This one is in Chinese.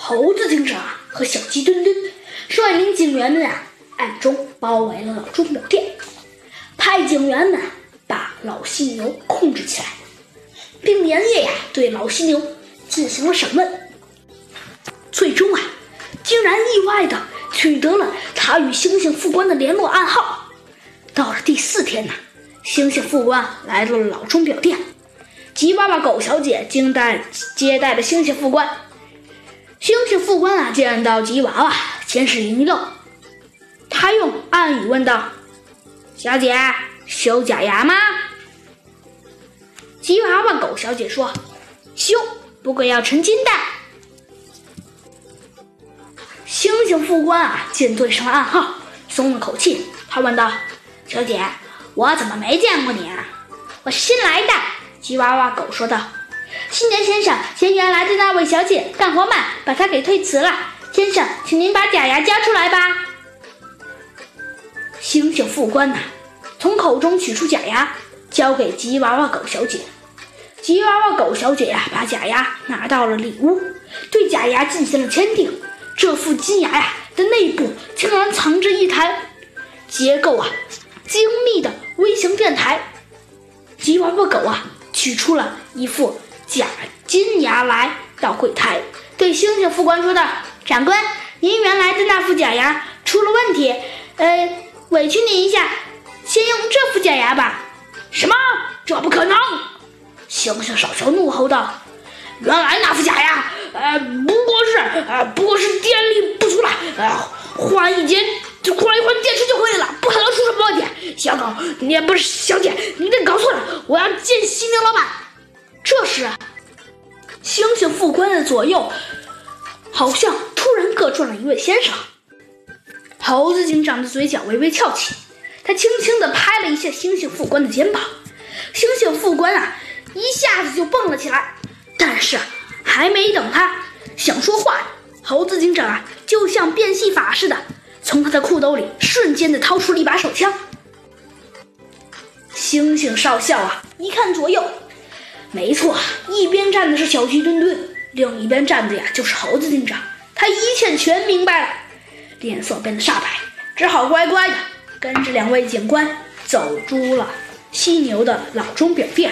猴子警长和小鸡墩墩率领警员们暗中包围了老钟表店，派警员们把老犀牛控制起来，并连夜对老犀牛进行了审问。最终竟然意外地取得了他与猩猩副官的联络暗号。到了第4天猩猩副官来到了老钟表店，吉娃娃狗小姐接待了猩猩副官。猩猩副官见到吉娃娃，先是一愣，他用暗语问道：“小姐，修假牙吗？”吉娃娃狗小姐说：“修，不过要纯金的。”猩猩副官见对上了暗号，松了口气，他问道：“小姐，我怎么没见过你啊？”“我是新来的。”吉娃娃狗说道。“新年先生嫌原来的那位小姐干活慢，把她给推辞了。先生，请您把假牙交出来吧。”猩猩副官从口中取出假牙，交给吉娃娃狗小姐。吉娃娃狗小姐把假牙拿到了里屋，对假牙进行了鉴定。这副金牙的内部竟然藏着一台结构精密的微型电台。吉娃娃狗取出了一副假金牙来到柜台，对猩猩副官说道：“长官，您原来的那副假牙出了问题，委屈您一下，先用这副假牙吧。”“什么？这不可能！”猩猩少校怒吼道：“原来那副假牙不过是电力不足了，换一换电池就可以了，不可能出什么问题。小狗，你也不是小姐，你一定搞错了，我要见犀牛老板。”这时猩猩副官的左右好像突然各转了一位先生。猴子警长的嘴角微微翘起，他轻轻地拍了一下猩猩副官的肩膀。猩猩副官一下子就蹦了起来，但是还没等他想说话，猴子警长就像变戏法似的，从他的裤兜里瞬间地掏出了一把手枪。猩猩少校一看左右，没错，一边站的是小鸡墩墩，另一边站的就是猴子警长。他一切全明白了，脸色变得煞白，只好乖乖的跟着2位警官走出了犀牛的老钟表店。